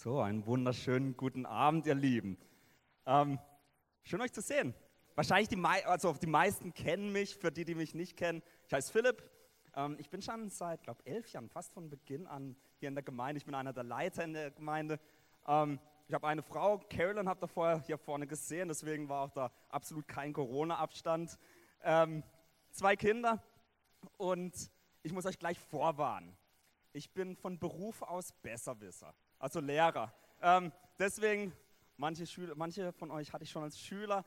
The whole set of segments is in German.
So, einen wunderschönen guten Abend, ihr Lieben. Schön euch zu sehen. Wahrscheinlich die meisten kennen mich, für die, die mich nicht kennen. Ich heiße Philipp. Ich bin schon seit, 11 Jahren, fast von Beginn an hier in der Gemeinde. Ich bin einer der Leiter in der Gemeinde. Ich habe eine Frau, Carolyn, habt ihr vorher hier vorne gesehen, deswegen war auch da absolut kein Corona-Abstand. 2 Kinder und ich muss euch gleich vorwarnen. Ich bin von Beruf aus Besserwisser, also Lehrer. Deswegen, manche von euch hatte ich schon als Schüler.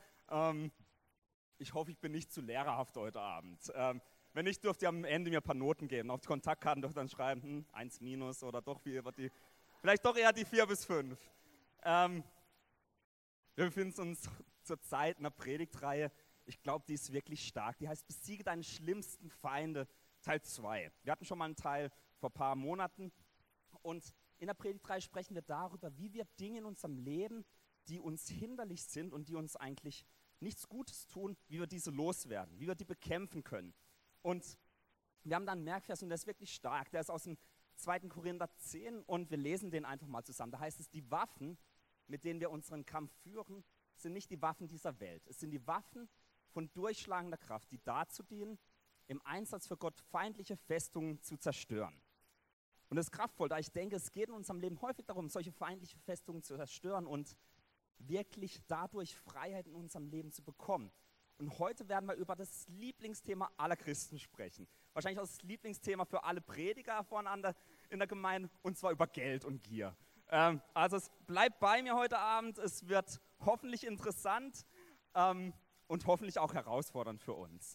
Ich hoffe, ich bin nicht zu lehrerhaft heute Abend. Wenn nicht, dürft ihr am Ende mir ein paar Noten geben. Auf die Kontaktkarten dürft ihr dann schreiben, 1 minus oder doch vielleicht doch eher die 4 bis 5. Wir befinden uns zurzeit in einer Predigtreihe. Ich glaube, die ist wirklich stark. Die heißt, besiege deine schlimmsten Feinde, Teil 2. Wir hatten schon mal einen Teil vor ein paar Monaten. Und in der Predigtreihe sprechen wir darüber, wie wir Dinge in unserem Leben, die uns hinderlich sind und die uns eigentlich nichts Gutes tun, wie wir diese loswerden, wie wir die bekämpfen können. Und wir haben da einen Merkvers und der ist wirklich stark. Der ist aus dem 2. Korinther 10 und wir lesen den einfach mal zusammen. Da heißt es, die Waffen, mit denen wir unseren Kampf führen, sind nicht die Waffen dieser Welt. Es sind die Waffen von durchschlagender Kraft, die dazu dienen, im Einsatz für Gott feindliche Festungen zu zerstören. Und das ist kraftvoll, da ich denke, es geht in unserem Leben häufig darum, solche feindliche Festungen zu zerstören und wirklich dadurch Freiheit in unserem Leben zu bekommen. Und heute werden wir über das Lieblingsthema aller Christen sprechen. Wahrscheinlich auch das Lieblingsthema für alle Prediger voneinander in der Gemeinde, und zwar über Geld und Gier. Also es bleibt bei mir heute Abend, es wird hoffentlich interessant und hoffentlich auch herausfordernd für uns.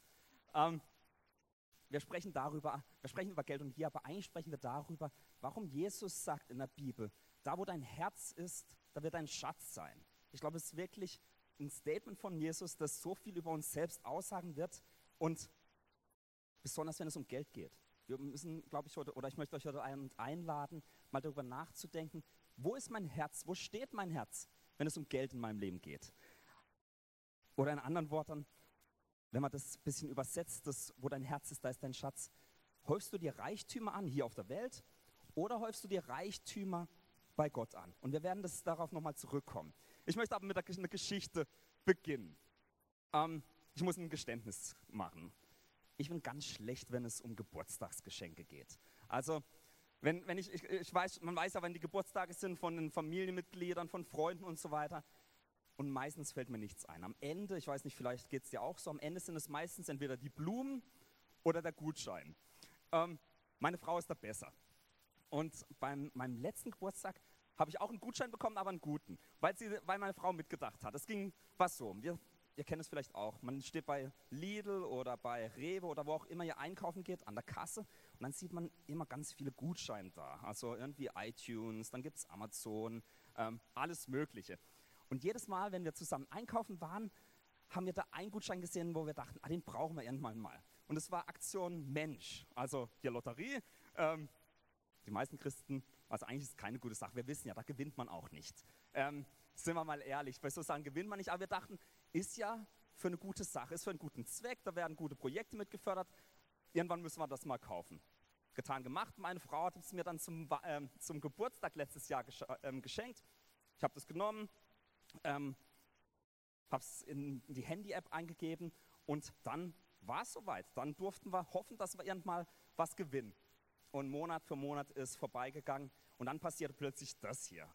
Wir sprechen über Geld und Gier, aber eigentlich sprechen wir darüber, warum Jesus sagt in der Bibel, da wo dein Herz ist, da wird dein Schatz sein. Ich glaube, es ist wirklich ein Statement von Jesus, das so viel über uns selbst aussagen wird und besonders, wenn es um Geld geht. Wir müssen, glaube ich, ich möchte euch heute einladen, mal darüber nachzudenken, wo ist mein Herz, wo steht mein Herz, wenn es um Geld in meinem Leben geht? Oder in anderen Worten, wenn man das ein bisschen übersetzt, wo dein Herz ist, da ist dein Schatz. Häufst du dir Reichtümer an, hier auf der Welt, oder häufst du dir Reichtümer bei Gott an? Und wir werden darauf nochmal zurückkommen. Ich möchte aber mit einer Geschichte beginnen. Ich muss ein Geständnis machen. Ich bin ganz schlecht, wenn es um Geburtstagsgeschenke geht. Also, man weiß ja, wenn die Geburtstage sind von den Familienmitgliedern, von Freunden und so weiter. Und meistens fällt mir nichts ein. Am Ende, ich weiß nicht, vielleicht geht es dir auch so, am Ende sind es meistens entweder die Blumen oder der Gutschein. Meine Frau ist da besser. Und bei meinem letzten Geburtstag habe ich auch einen Gutschein bekommen, aber einen guten, weil meine Frau mitgedacht hat. Es ging was so. Ihr kennt es vielleicht auch. Man steht bei Lidl oder bei Rewe oder wo auch immer ihr einkaufen geht, an der Kasse und dann sieht man immer ganz viele Gutscheine da. Also irgendwie iTunes, dann gibt es Amazon, alles Mögliche. Und jedes Mal, wenn wir zusammen einkaufen waren, haben wir da einen Gutschein gesehen, wo wir dachten, den brauchen wir irgendwann mal. Und es war Aktion Mensch, also die Lotterie. Die meisten Christen, also eigentlich ist es keine gute Sache, wir wissen ja, da gewinnt man auch nicht. Sind wir mal ehrlich, bei so Sachen gewinnt man nicht, aber wir dachten, ist ja für eine gute Sache, ist für einen guten Zweck, da werden gute Projekte mitgefördert, irgendwann müssen wir das mal kaufen. Getan, gemacht, meine Frau hat es mir dann zum Geburtstag letztes Jahr geschenkt. Ich habe das genommen, habe es in die Handy-App eingegeben und dann war es soweit. Dann durften wir hoffen, dass wir irgendwann mal was gewinnen. Und Monat für Monat ist vorbeigegangen und dann passierte plötzlich das hier.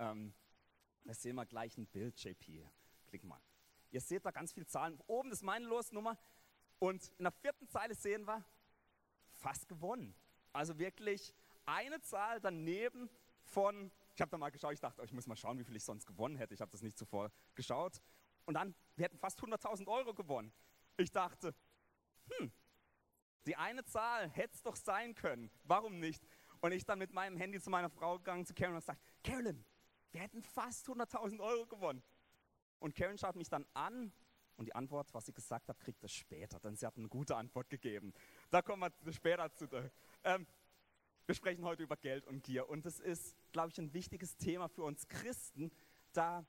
Das sehen wir gleich ein Bild, JP. Klick mal. Ihr seht da ganz viele Zahlen. Oben ist meine Losnummer und in der 4. Zeile sehen wir fast gewonnen. Also wirklich eine Zahl daneben von, ich habe da mal geschaut, ich dachte, ich muss mal schauen, wie viel ich sonst gewonnen hätte. Ich habe das nicht zuvor geschaut. Und dann, wir hätten fast 100.000 € gewonnen. Ich dachte, die eine Zahl hätte es doch sein können. Warum nicht? Und ich dann mit meinem Handy zu meiner Frau gegangen, zu Karen, und gesagt, Carolyn, wir hätten fast 100.000 € gewonnen. Und Karen schaut mich dann an und die Antwort, was sie gesagt hat, kriegt es später, denn sie hat eine gute Antwort gegeben. Da kommen wir später zu. Wir sprechen heute über Geld und Gier und das ist, glaube ich, ein wichtiges Thema für uns Christen, da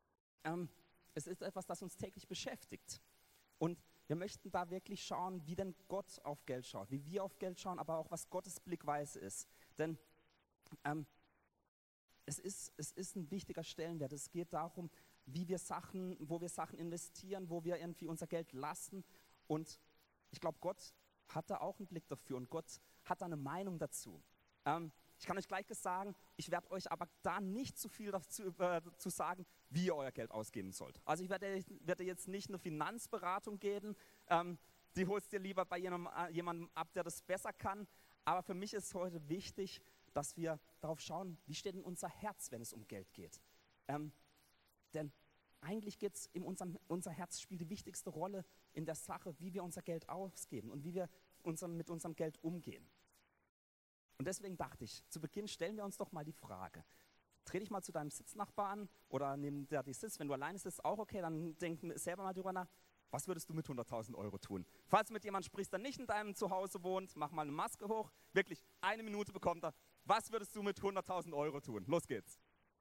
es ist etwas, das uns täglich beschäftigt. Und wir möchten da wirklich schauen, wie denn Gott auf Geld schaut, wie wir auf Geld schauen, aber auch was Gottes Blickweise ist. Denn es ist ein wichtiger Stellenwert. Es geht darum, wo wir Sachen investieren, wo wir irgendwie unser Geld lassen. Und ich glaube, Gott hat da auch einen Blick dafür und Gott hat da eine Meinung dazu. Ich kann euch gleich sagen, ich werde euch aber da nicht zu viel dazu sagen, wie ihr euer Geld ausgeben sollt. Also ich werde jetzt nicht eine Finanzberatung geben, die holst dir lieber bei jemandem ab, der das besser kann. Aber für mich ist heute wichtig, dass wir darauf schauen, wie steht denn unser Herz, wenn es um Geld geht. Denn eigentlich geht es unser Herz spielt die wichtigste Rolle in der Sache, wie wir unser Geld ausgeben und wie wir mit unserem Geld umgehen. Und deswegen dachte ich, zu Beginn stellen wir uns doch mal die Frage, dreh dich mal zu deinem Sitznachbarn oder neben der sitzt, wenn du alleine sitzt, auch okay, dann denk selber mal drüber nach, was würdest du mit 100.000 Euro tun? Falls du mit jemandem sprichst, der nicht in deinem Zuhause wohnt, mach mal eine Maske hoch, wirklich 1 Minute bekommt er. Was würdest du mit 100.000 Euro tun? Los geht's.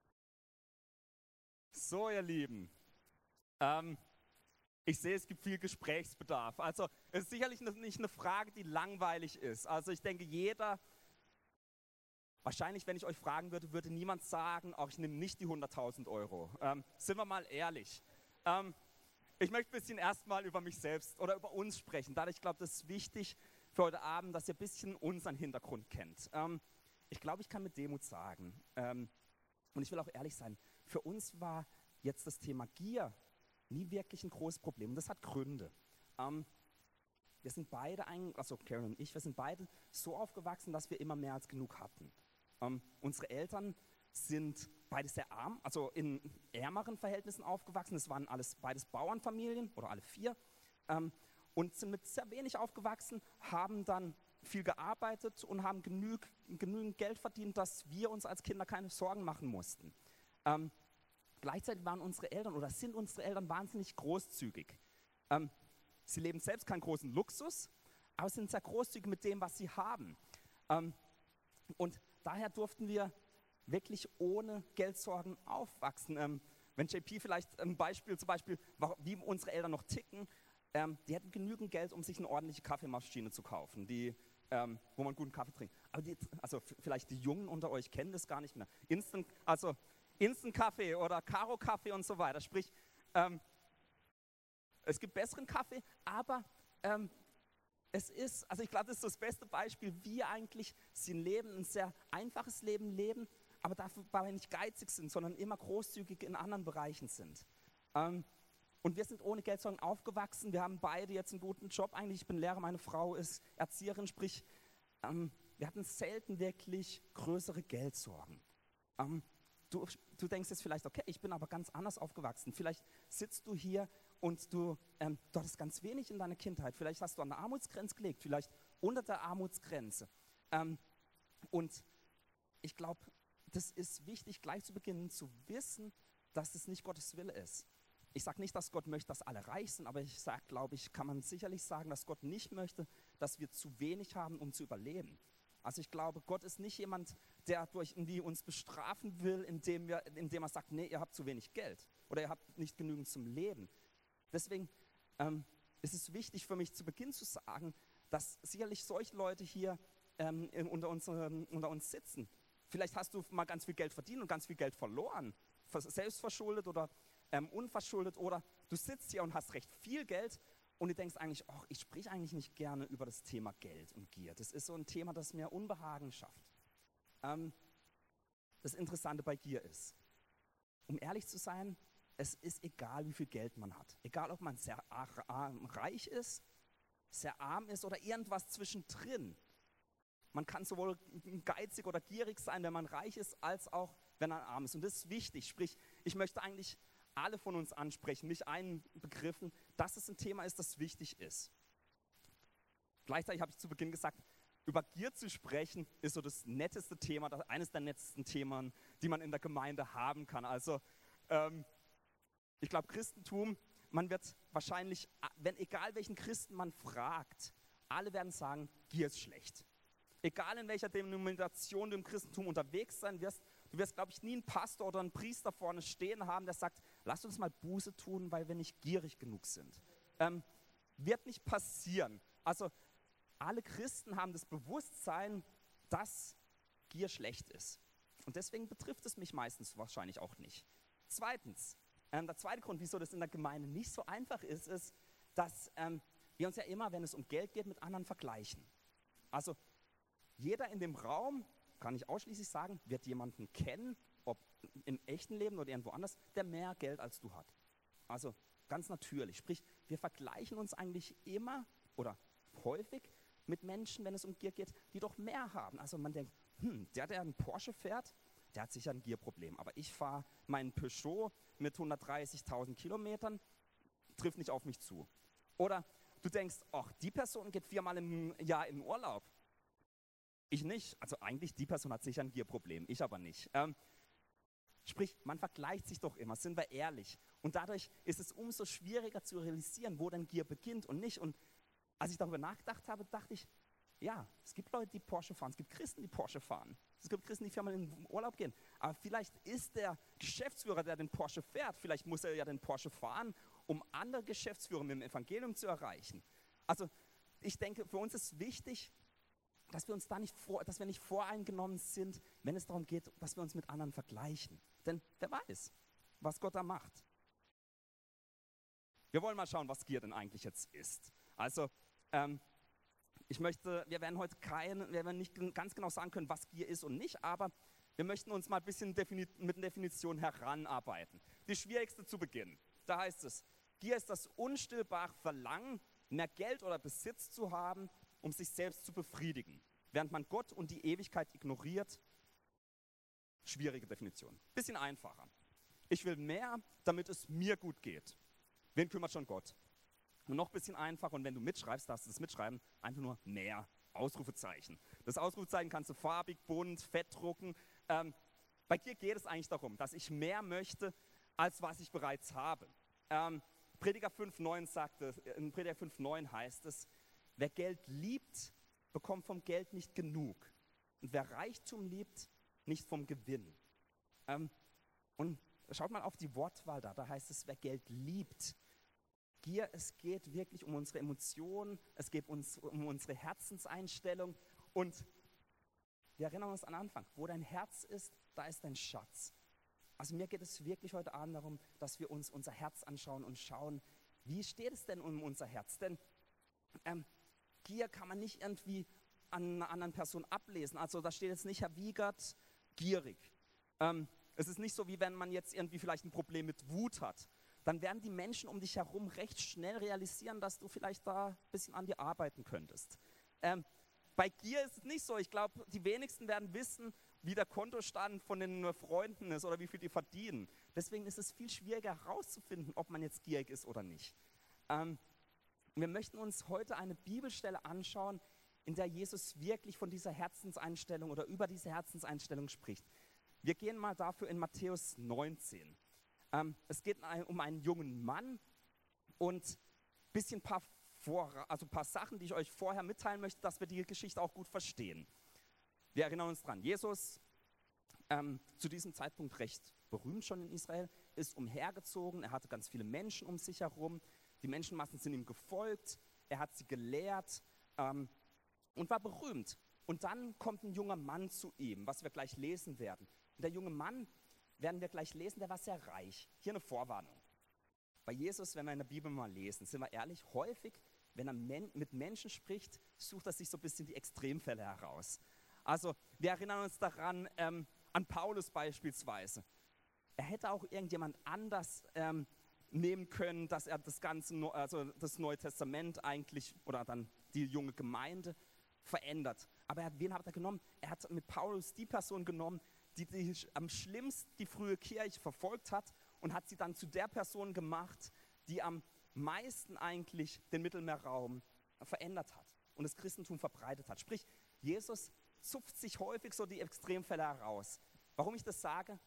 So, ihr Lieben, ich sehe, es gibt viel Gesprächsbedarf. Also es ist sicherlich nicht eine Frage, die langweilig ist. Also ich denke, wahrscheinlich, wenn ich euch fragen würde, würde niemand sagen, auch ich nehme nicht die 100.000 Euro. Sind wir mal ehrlich. Ich möchte ein bisschen erstmal über mich selbst oder über uns sprechen. Dadurch, ich glaube, das ist wichtig für heute Abend, dass ihr ein bisschen unseren Hintergrund kennt. Ich glaube, ich kann mit Demut sagen, und ich will auch ehrlich sein, für uns war jetzt das Thema Gier nie wirklich ein großes Problem. Und das hat Gründe. Wir sind beide, also Karen und ich, wir sind beide so aufgewachsen, dass wir immer mehr als genug hatten. Unsere Eltern sind beide sehr arm, also in ärmeren Verhältnissen aufgewachsen. Es waren beides Bauernfamilien oder alle 4 und sind mit sehr wenig aufgewachsen, haben dann viel gearbeitet und haben genügend Geld verdient, dass wir uns als Kinder keine Sorgen machen mussten. Gleichzeitig waren unsere Eltern oder sind unsere Eltern wahnsinnig großzügig. Sie leben selbst keinen großen Luxus, aber sind sehr großzügig mit dem, was sie haben. Und daher durften wir wirklich ohne Geldsorgen aufwachsen. Wenn JP vielleicht zum Beispiel, wie unsere Eltern noch ticken, die hätten genügend Geld, um sich eine ordentliche Kaffeemaschine zu kaufen, wo man guten Kaffee trinkt. Aber vielleicht die Jungen unter euch kennen das gar nicht mehr. Instant-Kaffee oder Karo-Kaffee und so weiter. Sprich, es gibt besseren Kaffee, aber ich glaube, das ist das beste Beispiel, wie eigentlich sie ein sehr einfaches Leben leben, aber dabei nicht geizig sind, sondern immer großzügig in anderen Bereichen sind. Und wir sind ohne Geldsorgen aufgewachsen, wir haben beide jetzt einen guten Job eigentlich. Ich bin Lehrer, meine Frau ist Erzieherin, sprich, wir hatten selten wirklich größere Geldsorgen. Du denkst jetzt vielleicht, okay, ich bin aber ganz anders aufgewachsen. Vielleicht sitzt du hier und du hattest ganz wenig in deiner Kindheit. Vielleicht hast du an der Armutsgrenze gelebt, vielleicht unter der Armutsgrenze. Und ich glaube, das ist wichtig, gleich zu Beginn zu wissen, dass es nicht Gottes Wille ist. Ich sage nicht, dass Gott möchte, dass alle reich sind, aber ich sage, glaube ich, kann man sicherlich sagen, dass Gott nicht möchte, dass wir zu wenig haben, um zu überleben. Also ich glaube, Gott ist nicht jemand, der irgendwie uns bestrafen will, indem er sagt, nee, ihr habt zu wenig Geld oder ihr habt nicht genügend zum Leben. Deswegen ist es wichtig für mich zu Beginn zu sagen, dass sicherlich solche Leute hier unter uns sitzen. Vielleicht hast du mal ganz viel Geld verdient und ganz viel Geld verloren, selbstverschuldet oder unverschuldet, oder du sitzt hier und hast recht viel Geld und du denkst eigentlich, oh, ich spreche eigentlich nicht gerne über das Thema Geld und Gier. Das ist so ein Thema, das mir Unbehagen schafft. Das Interessante bei Gier ist, um ehrlich zu sein, es ist egal, wie viel Geld man hat. Egal, ob man sehr reich ist, sehr arm ist oder irgendwas zwischendrin. Man kann sowohl geizig oder gierig sein, wenn man reich ist, als auch, wenn man arm ist. Und das ist wichtig. Sprich, ich möchte eigentlich alle von uns ansprechen, nicht einbegriffen, dass es ein Thema ist, das wichtig ist. Gleichzeitig habe ich zu Beginn gesagt, über Gier zu sprechen, ist so das netteste Thema, eines der nettesten Themen, die man in der Gemeinde haben kann. Also ich glaube, Christentum, man wird wahrscheinlich, egal welchen Christen man fragt, alle werden sagen, Gier ist schlecht. Egal in welcher Denomination du im Christentum unterwegs sein wirst, du wirst, glaube ich, nie einen Pastor oder einen Priester vorne stehen haben, der sagt, lass uns mal Buße tun, weil wir nicht gierig genug sind. Wird nicht passieren. Also alle Christen haben das Bewusstsein, dass Gier schlecht ist. Und deswegen betrifft es mich meistens wahrscheinlich auch nicht. Zweitens, der zweite Grund, wieso das in der Gemeinde nicht so einfach ist, ist, dass wir uns ja immer, wenn es um Geld geht, mit anderen vergleichen. Also jeder in dem Raum, kann ich ausschließlich sagen, wird jemanden kennen, ob im echten Leben oder irgendwo anders, der mehr Geld als du hat. Also ganz natürlich. Sprich, wir vergleichen uns eigentlich immer oder häufig mit Menschen, wenn es um Gier geht, die doch mehr haben. Also man denkt, der einen Porsche fährt, der hat sicher ein Gierproblem. Aber ich fahre meinen Peugeot mit 130.000 Kilometern, trifft nicht auf mich zu. Oder du denkst, ach, die Person geht 4-mal im Jahr in Urlaub. Ich nicht. Also eigentlich, die Person hat sicher ein Gierproblem, ich aber nicht. Sprich, man vergleicht sich doch immer, sind wir ehrlich. Und dadurch ist es umso schwieriger zu realisieren, wo denn Gier beginnt und nicht. Und als ich darüber nachgedacht habe, dachte ich, ja, es gibt Leute, die Porsche fahren, es gibt Christen, die Porsche fahren. Es gibt Christen, die 4-mal in den Urlaub gehen. Aber vielleicht ist der Geschäftsführer, der den Porsche fährt, vielleicht muss er ja den Porsche fahren, um andere Geschäftsführer mit dem Evangelium zu erreichen. Also ich denke, für uns ist wichtig, dass wir uns da dass wir nicht voreingenommen sind, wenn es darum geht, dass wir uns mit anderen vergleichen. Denn wer weiß, was Gott da macht. Wir wollen mal schauen, was Gier denn eigentlich jetzt ist. Also, wir werden nicht ganz genau sagen können, was Gier ist und nicht, aber wir möchten uns mal ein bisschen mit der Definition heranarbeiten. Die schwierigste zu Beginn. Da heißt es, Gier ist das unstillbare Verlangen, mehr Geld oder Besitz zu haben, um sich selbst zu befriedigen, während man Gott und die Ewigkeit ignoriert. Schwierige Definition. Bisschen einfacher. Ich will mehr, damit es mir gut geht. Wen kümmert schon Gott? Und noch ein bisschen einfacher, und wenn du mitschreibst, darfst du das mitschreiben, einfach nur mehr. Ausrufezeichen. Das Ausrufezeichen kannst du farbig, bunt, fett drucken. Bei Gier geht es eigentlich darum, dass ich mehr möchte, als was ich bereits habe. Prediger 5,9 in Prediger 5,9 heißt es, wer Geld liebt, bekommt vom Geld nicht genug. Und wer Reichtum liebt, nicht vom Gewinn. Und schaut mal auf die Wortwahl da heißt es, wer Geld liebt. Gier, es geht wirklich um unsere Emotionen, es geht um unsere Herzenseinstellung. Und wir erinnern uns an den Anfang, wo dein Herz ist, da ist dein Schatz. Also mir geht es wirklich heute Abend darum, dass wir uns unser Herz anschauen und schauen, wie steht es denn um unser Herz? Denn Gier kann man nicht irgendwie an einer anderen Person ablesen. Also da steht jetzt nicht, Herr Wiegert, gierig. Es ist nicht so, wie wenn man jetzt irgendwie vielleicht ein Problem mit Wut hat. Dann werden die Menschen um dich herum recht schnell realisieren, dass du vielleicht da ein bisschen an dir arbeiten könntest. Bei Gier ist es nicht so. Ich glaube, die wenigsten werden wissen, wie der Kontostand von den Freunden ist oder wie viel die verdienen. Deswegen ist es viel schwieriger herauszufinden, ob man jetzt gierig ist oder nicht. Wir möchten uns heute eine Bibelstelle anschauen, in der Jesus wirklich von dieser Herzenseinstellung oder über diese Herzenseinstellung spricht. Wir gehen mal dafür in Matthäus 19. Es geht um einen jungen Mann und ein paar Sachen, die ich euch vorher mitteilen möchte, dass wir die Geschichte auch gut verstehen. Wir erinnern uns dran, Jesus, zu diesem Zeitpunkt recht berühmt schon in Israel, ist umhergezogen, er hatte ganz viele Menschen um sich herum, die Menschenmassen sind ihm gefolgt, er hat sie gelehrt und war berühmt. Und dann kommt ein junger Mann zu ihm, was wir gleich lesen werden. Und der junge Mann, werden wir gleich lesen, der war sehr reich. Hier eine Vorwarnung. Bei Jesus, wenn wir in der Bibel mal lesen, sind wir ehrlich, häufig, wenn er mit Menschen spricht, sucht er sich so ein bisschen die Extremfälle heraus. Also wir erinnern uns daran, an Paulus beispielsweise. Er hätte auch irgendjemand anders nehmen können, dass er das Neue Testament eigentlich, oder dann die junge Gemeinde verändert. Aber wen hat er genommen? Er hat mit Paulus die Person genommen, die am schlimmsten die frühe Kirche verfolgt hat und hat sie dann zu der Person gemacht, die am meisten eigentlich den Mittelmeerraum verändert hat und das Christentum verbreitet hat. Sprich, Jesus zupft sich häufig so die Extremfälle heraus. Warum ich das sage?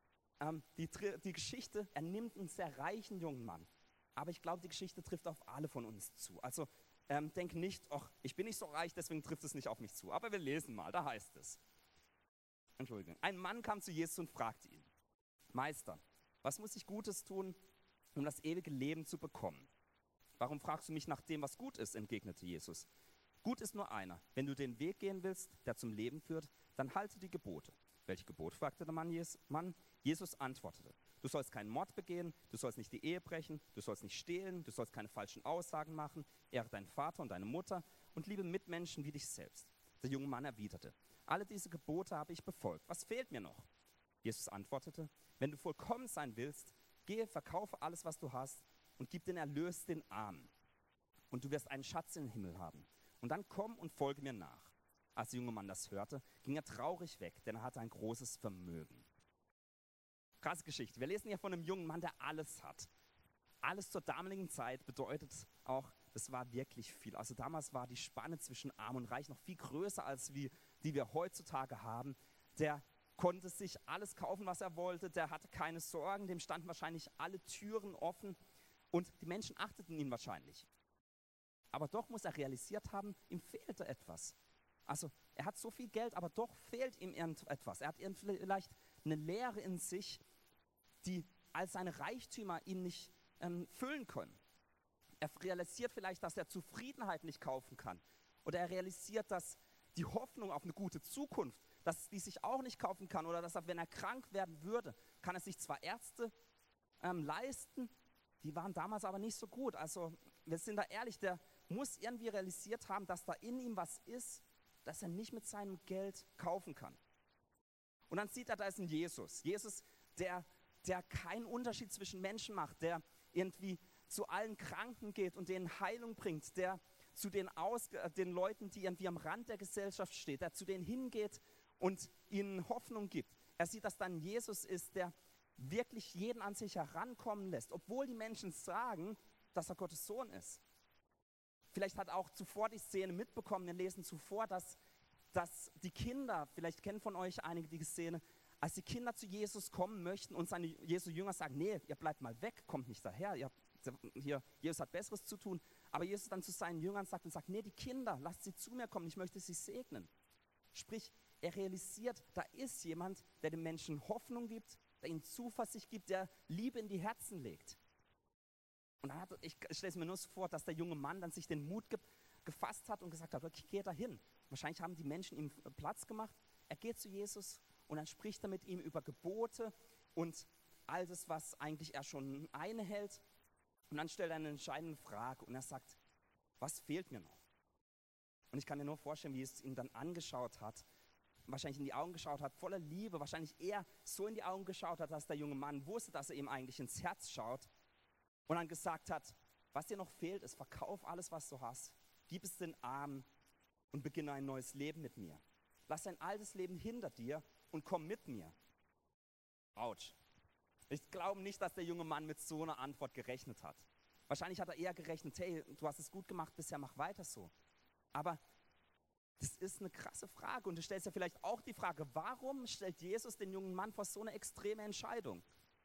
Die Geschichte, er nimmt einen sehr reichen jungen Mann, aber ich glaube, die Geschichte trifft auf alle von uns zu. Also denk nicht, ach, ich bin nicht so reich, deswegen trifft es nicht auf mich zu. Aber wir lesen mal, da heißt es. Entschuldigung. Ein Mann kam zu Jesus und fragte ihn, Meister, was muss ich Gutes tun, um das ewige Leben zu bekommen? Warum fragst du mich nach dem, was gut ist, entgegnete Jesus. Gut ist nur einer. Wenn du den Weg gehen willst, der zum Leben führt, dann halte die Gebote. Welche Gebot? Fragte der Mann. Jesus antwortete, du sollst keinen Mord begehen, du sollst nicht die Ehe brechen, du sollst nicht stehlen, du sollst keine falschen Aussagen machen, ehre deinen Vater und deine Mutter und liebe Mitmenschen wie dich selbst. Der junge Mann erwiderte, alle diese Gebote habe ich befolgt, was fehlt mir noch? Jesus antwortete, wenn du vollkommen sein willst, gehe, verkaufe alles, was du hast und gib den Erlös den Armen. Und du wirst einen Schatz im Himmel haben. Und dann komm und folge mir nach. Als der junge Mann das hörte, ging er traurig weg, denn er hatte ein großes Vermögen. Krasse Geschichte. Wir lesen hier von einem jungen Mann, der alles hat. Alles zur damaligen Zeit bedeutet auch, das war wirklich viel. Also damals war die Spanne zwischen Arm und Reich noch viel größer, als die wir heutzutage haben. Der konnte sich alles kaufen, was er wollte. Der hatte keine Sorgen. Dem standen wahrscheinlich alle Türen offen. Und die Menschen achteten ihn wahrscheinlich. Aber doch muss er realisiert haben, ihm fehlte etwas. Also er hat so viel Geld, aber doch fehlt ihm irgendetwas. Er hat vielleicht eine Leere in sich, die als seine Reichtümer ihn nicht füllen können. Er realisiert vielleicht, dass er Zufriedenheit nicht kaufen kann. Oder er realisiert, dass die Hoffnung auf eine gute Zukunft, dass die sich auch nicht kaufen kann. Oder dass er, wenn er krank werden würde, kann er sich zwar Ärzte leisten, die waren damals aber nicht so gut. Also wir sind da ehrlich, der muss irgendwie realisiert haben, dass da in ihm was ist, das er nicht mit seinem Geld kaufen kann. Und dann sieht er, da ist ein Jesus. Jesus, der keinen Unterschied zwischen Menschen macht, der irgendwie zu allen Kranken geht und denen Heilung bringt, der zu den Leuten, die irgendwie am Rand der Gesellschaft stehen, der zu denen hingeht und ihnen Hoffnung gibt. Er sieht, dass dann Jesus ist, der wirklich jeden an sich herankommen lässt, obwohl die Menschen sagen, dass er Gottes Sohn ist. Vielleicht hat er auch zuvor die Szene mitbekommen, wir lesen zuvor, dass die Kinder, vielleicht kennen von euch einige die Szene, als die Kinder zu Jesus kommen möchten und seine Jesu Jünger sagen, nee, ihr bleibt mal weg, kommt nicht daher, Jesus hat Besseres zu tun. Aber Jesus dann zu seinen Jüngern sagt, nee, die Kinder, lasst sie zu mir kommen, ich möchte sie segnen. Sprich, er realisiert, da ist jemand, der den Menschen Hoffnung gibt, der ihnen Zuversicht gibt, der Liebe in die Herzen legt. Und dann ich stelle es mir nur so vor, dass der junge Mann dann sich den Mut gefasst hat und gesagt hat, okay, ich gehe da hin. Wahrscheinlich haben die Menschen ihm Platz gemacht. Er geht zu Jesus und dann spricht er mit ihm über Gebote und all das, was eigentlich er schon einhält. Und dann stellt er eine entscheidende Frage und er sagt, was fehlt mir noch? Und ich kann mir nur vorstellen, wie es ihn dann angeschaut hat, wahrscheinlich in die Augen geschaut hat, voller Liebe, wahrscheinlich eher so in die Augen geschaut hat, dass der junge Mann wusste, dass er ihm eigentlich ins Herz schaut und dann gesagt hat, was dir noch fehlt, ist, verkauf alles, was du hast, gib es den Armen und beginne ein neues Leben mit mir. Lass dein altes Leben hinter dir und komm mit mir. Autsch. Ich glaube nicht, dass der junge Mann mit so einer Antwort gerechnet hat. Wahrscheinlich hat er eher gerechnet, hey, du hast es gut gemacht bisher, mach weiter so. Aber das ist eine krasse Frage und du stellst ja vielleicht auch die Frage, warum stellt Jesus den jungen Mann vor so eine extreme Entscheidung?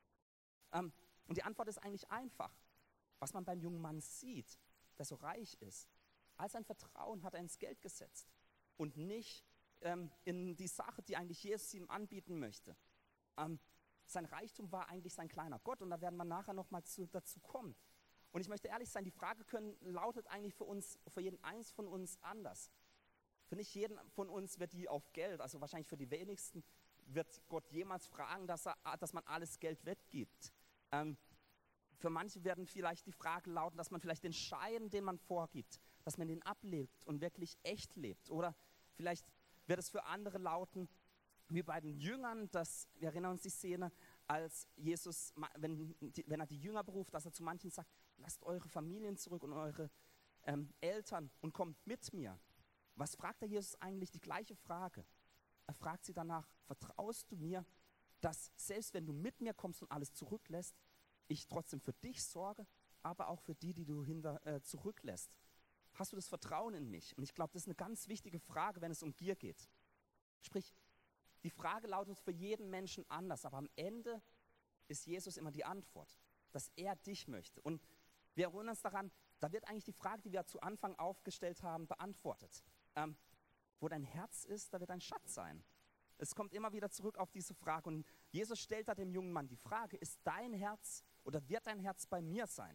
Und die Antwort ist eigentlich einfach. Was man beim jungen Mann sieht, der so reich ist, all sein Vertrauen hat er ins Geld gesetzt und nicht in die Sache, die eigentlich Jesus ihm anbieten möchte. Sein Reichtum war eigentlich sein kleiner Gott und da werden wir nachher nochmal dazu kommen. Und ich möchte ehrlich sein, die Frage lautet eigentlich für jeden eins von uns anders. Für nicht jeden von uns wird die auf Geld, also wahrscheinlich für die wenigsten, wird Gott jemals fragen, dass man alles Geld weggibt. Für manche werden vielleicht die Frage lauten, dass man vielleicht den Schein, den man vorgibt, dass man den ablegt und wirklich echt lebt. Oder vielleicht wird es für andere lauten, wie bei den Jüngern, wir erinnern uns die Szene, als Jesus, wenn er die Jünger beruft, dass er zu manchen sagt, lasst eure Familien zurück und eure Eltern und kommt mit mir. Was fragt der Jesus eigentlich? Die gleiche Frage. Er fragt sie danach, vertraust du mir, dass selbst wenn du mit mir kommst und alles zurücklässt, ich trotzdem für dich sorge, aber auch für die du zurücklässt. Hast du das Vertrauen in mich? Und ich glaube, das ist eine ganz wichtige Frage, wenn es um Gier geht. Sprich, die Frage lautet für jeden Menschen anders, aber am Ende ist Jesus immer die Antwort, dass er dich möchte. Und wir erinnern uns daran, da wird eigentlich die Frage, die wir zu Anfang aufgestellt haben, beantwortet. Wo dein Herz ist, da wird dein Schatz sein. Es kommt immer wieder zurück auf diese Frage und Jesus stellt da dem jungen Mann die Frage, ist dein Herz oder wird dein Herz bei mir sein?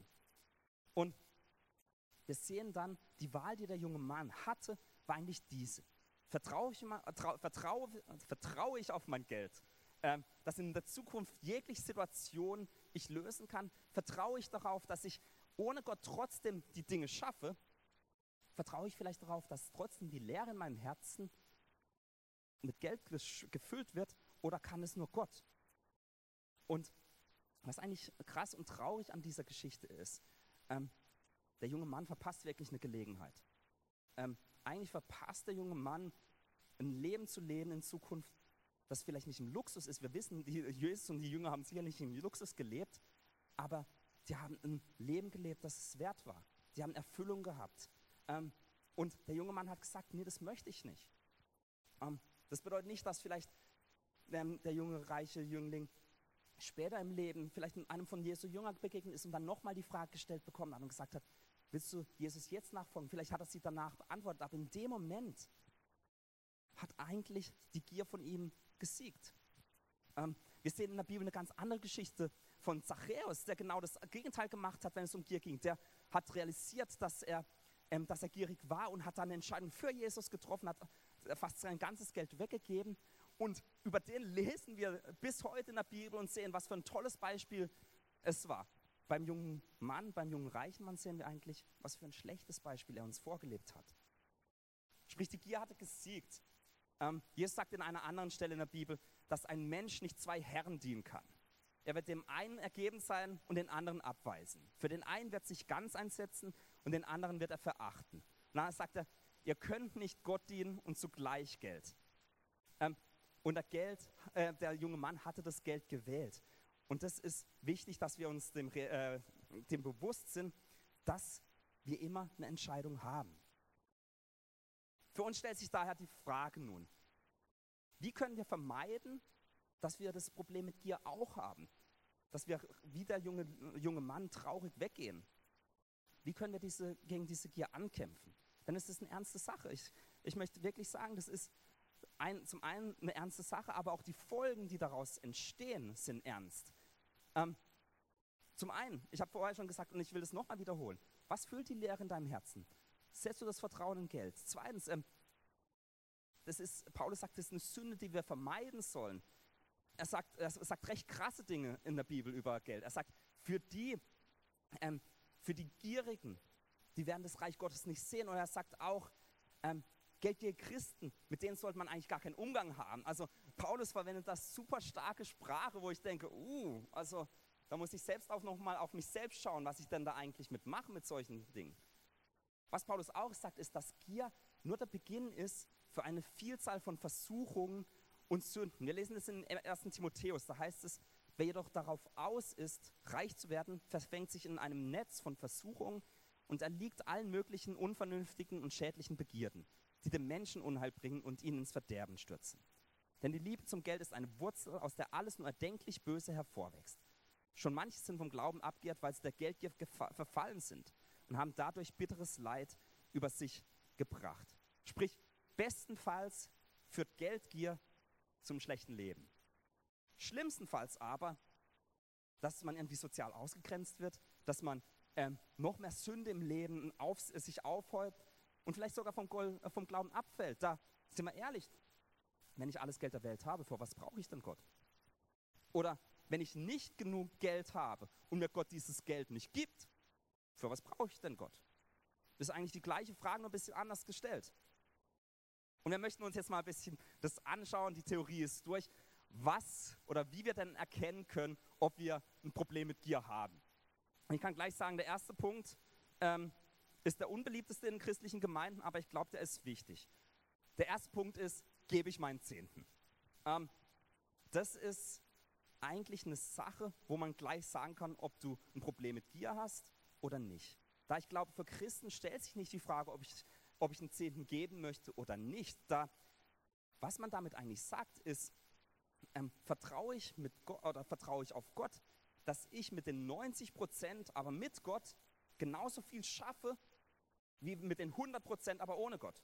Und wir sehen dann, die Wahl, die der junge Mann hatte, war eigentlich diese. Vertraue ich auf mein Geld? Dass in der Zukunft jegliche Situation ich lösen kann? Vertraue ich darauf, dass ich ohne Gott trotzdem die Dinge schaffe? Vertraue ich vielleicht darauf, dass trotzdem die Leere in meinem Herzen mit Geld gefüllt wird? Oder kann es nur Gott? Und was eigentlich krass und traurig an dieser Geschichte ist, der junge Mann verpasst wirklich eine Gelegenheit. Eigentlich verpasst der junge Mann, ein Leben zu leben in Zukunft, das vielleicht nicht im Luxus ist. Wir wissen, Jesus und die Jünger haben sicher nicht im Luxus gelebt, aber die haben ein Leben gelebt, das es wert war. Die haben Erfüllung gehabt. Und der junge Mann hat gesagt, nee, das möchte ich nicht. Das bedeutet nicht, dass vielleicht der junge, reiche Jüngling später im Leben vielleicht in einem von Jesu Jüngern begegnet ist und dann nochmal die Frage gestellt bekommen hat und gesagt hat, willst du Jesus jetzt nachfolgen? Vielleicht hat er sie danach beantwortet, aber in dem Moment hat eigentlich die Gier von ihm gesiegt. Wir sehen in der Bibel eine ganz andere Geschichte von Zachäus, der genau das Gegenteil gemacht hat, wenn es um Gier ging. Der hat realisiert, dass er gierig war und hat dann eine Entscheidung für Jesus getroffen, hat fast sein ganzes Geld weggegeben. Und über den lesen wir bis heute in der Bibel und sehen, was für ein tolles Beispiel es war. Beim jungen Mann, beim jungen reichen Mann sehen wir eigentlich, was für ein schlechtes Beispiel er uns vorgelebt hat. Sprich, die Gier hatte gesiegt. Jesus sagt in einer anderen Stelle in der Bibel, dass ein Mensch nicht zwei Herren dienen kann. Er wird dem einen ergeben sein und den anderen abweisen. Für den einen wird er sich ganz einsetzen und den anderen wird er verachten. Und dann sagt er, ihr könnt nicht Gott dienen und zugleich Geld. Und der junge Mann hatte das Geld gewählt. Und das ist wichtig, dass wir uns dem bewusst sind, dass wir immer eine Entscheidung haben. Für uns stellt sich daher die Frage nun, wie können wir vermeiden, dass wir das Problem mit Gier auch haben? Dass wir wie der junge Mann traurig weggehen? Wie können wir gegen diese Gier ankämpfen? Denn es ist eine ernste Sache. Ich möchte wirklich sagen, das ist zum einen eine ernste Sache, aber auch die Folgen, die daraus entstehen, sind ernst. Zum einen, ich habe vorher schon gesagt und ich will es nochmal wiederholen, was füllt die Leere in deinem Herzen? Setzt du das Vertrauen in Geld? Zweitens, Paulus sagt, das ist eine Sünde, die wir vermeiden sollen. Er sagt recht krasse Dinge in der Bibel über Geld. Er sagt, für die Gierigen, die werden das Reich Gottes nicht sehen. Und er sagt auch, geldgierige Christen, mit denen sollte man eigentlich gar keinen Umgang haben. Also Paulus verwendet das super starke Sprache, wo ich denke, also da muss ich selbst auch nochmal auf mich selbst schauen, was ich denn da eigentlich mitmache mit solchen Dingen. Was Paulus auch sagt, ist, dass Gier nur der Beginn ist für eine Vielzahl von Versuchungen und Sünden. Wir lesen es in 1. Timotheus, da heißt es, wer jedoch darauf aus ist, reich zu werden, verfängt sich in einem Netz von Versuchungen und erliegt allen möglichen unvernünftigen und schädlichen Begierden, die dem Menschen Unheil bringen und ihn ins Verderben stürzen. Denn die Liebe zum Geld ist eine Wurzel, aus der alles nur erdenklich Böse hervorwächst. Schon manche sind vom Glauben abgehört, weil sie der Geldgier verfallen sind und haben dadurch bitteres Leid über sich gebracht. Sprich, bestenfalls führt Geldgier zum schlechten Leben. Schlimmstenfalls aber, dass man irgendwie sozial ausgegrenzt wird, dass man noch mehr Sünde im Leben sich aufhäuft und vielleicht sogar vom Glauben abfällt. Da sind wir ehrlich, wenn ich alles Geld der Welt habe, für was brauche ich denn Gott? Oder wenn ich nicht genug Geld habe und mir Gott dieses Geld nicht gibt, für was brauche ich denn Gott? Das ist eigentlich die gleiche Frage, nur ein bisschen anders gestellt. Und wir möchten uns jetzt mal ein bisschen das anschauen, die Theorie ist durch, was oder wie wir denn erkennen können, ob wir ein Problem mit Gier haben. Und ich kann gleich sagen, der erste Punkt ist der unbeliebteste in christlichen Gemeinden, aber ich glaube, der ist wichtig. Der erste Punkt ist, gebe ich meinen Zehnten. Das ist eigentlich eine Sache, wo man gleich sagen kann, ob du ein Problem mit Gier hast oder nicht. Da ich glaube, für Christen stellt sich nicht die Frage, ob ich einen Zehnten geben möchte oder nicht. Was man damit eigentlich sagt, ist, vertraue ich auf Gott, dass ich mit den 90%, aber mit Gott, genauso viel schaffe, wie mit den 100%, aber ohne Gott.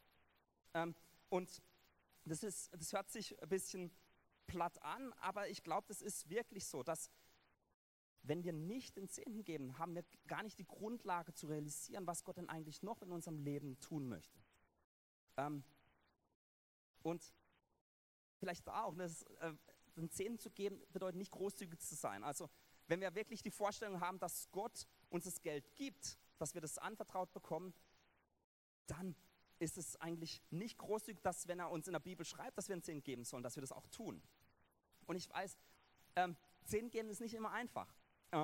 Und das hört sich ein bisschen platt an, aber ich glaube, das ist wirklich so, dass wenn wir nicht den Zehnten geben, haben wir gar nicht die Grundlage zu realisieren, was Gott denn eigentlich noch in unserem Leben tun möchte. Und vielleicht da auch, den Zehnten zu geben, bedeutet nicht großzügig zu sein. Also wenn wir wirklich die Vorstellung haben, dass Gott uns das Geld gibt, dass wir das anvertraut bekommen, dann ist es eigentlich nicht großzügig, dass, wenn er uns in der Bibel schreibt, dass wir einen Zehnten geben sollen, dass wir das auch tun. Und ich weiß, Zehnten geben ist nicht immer einfach.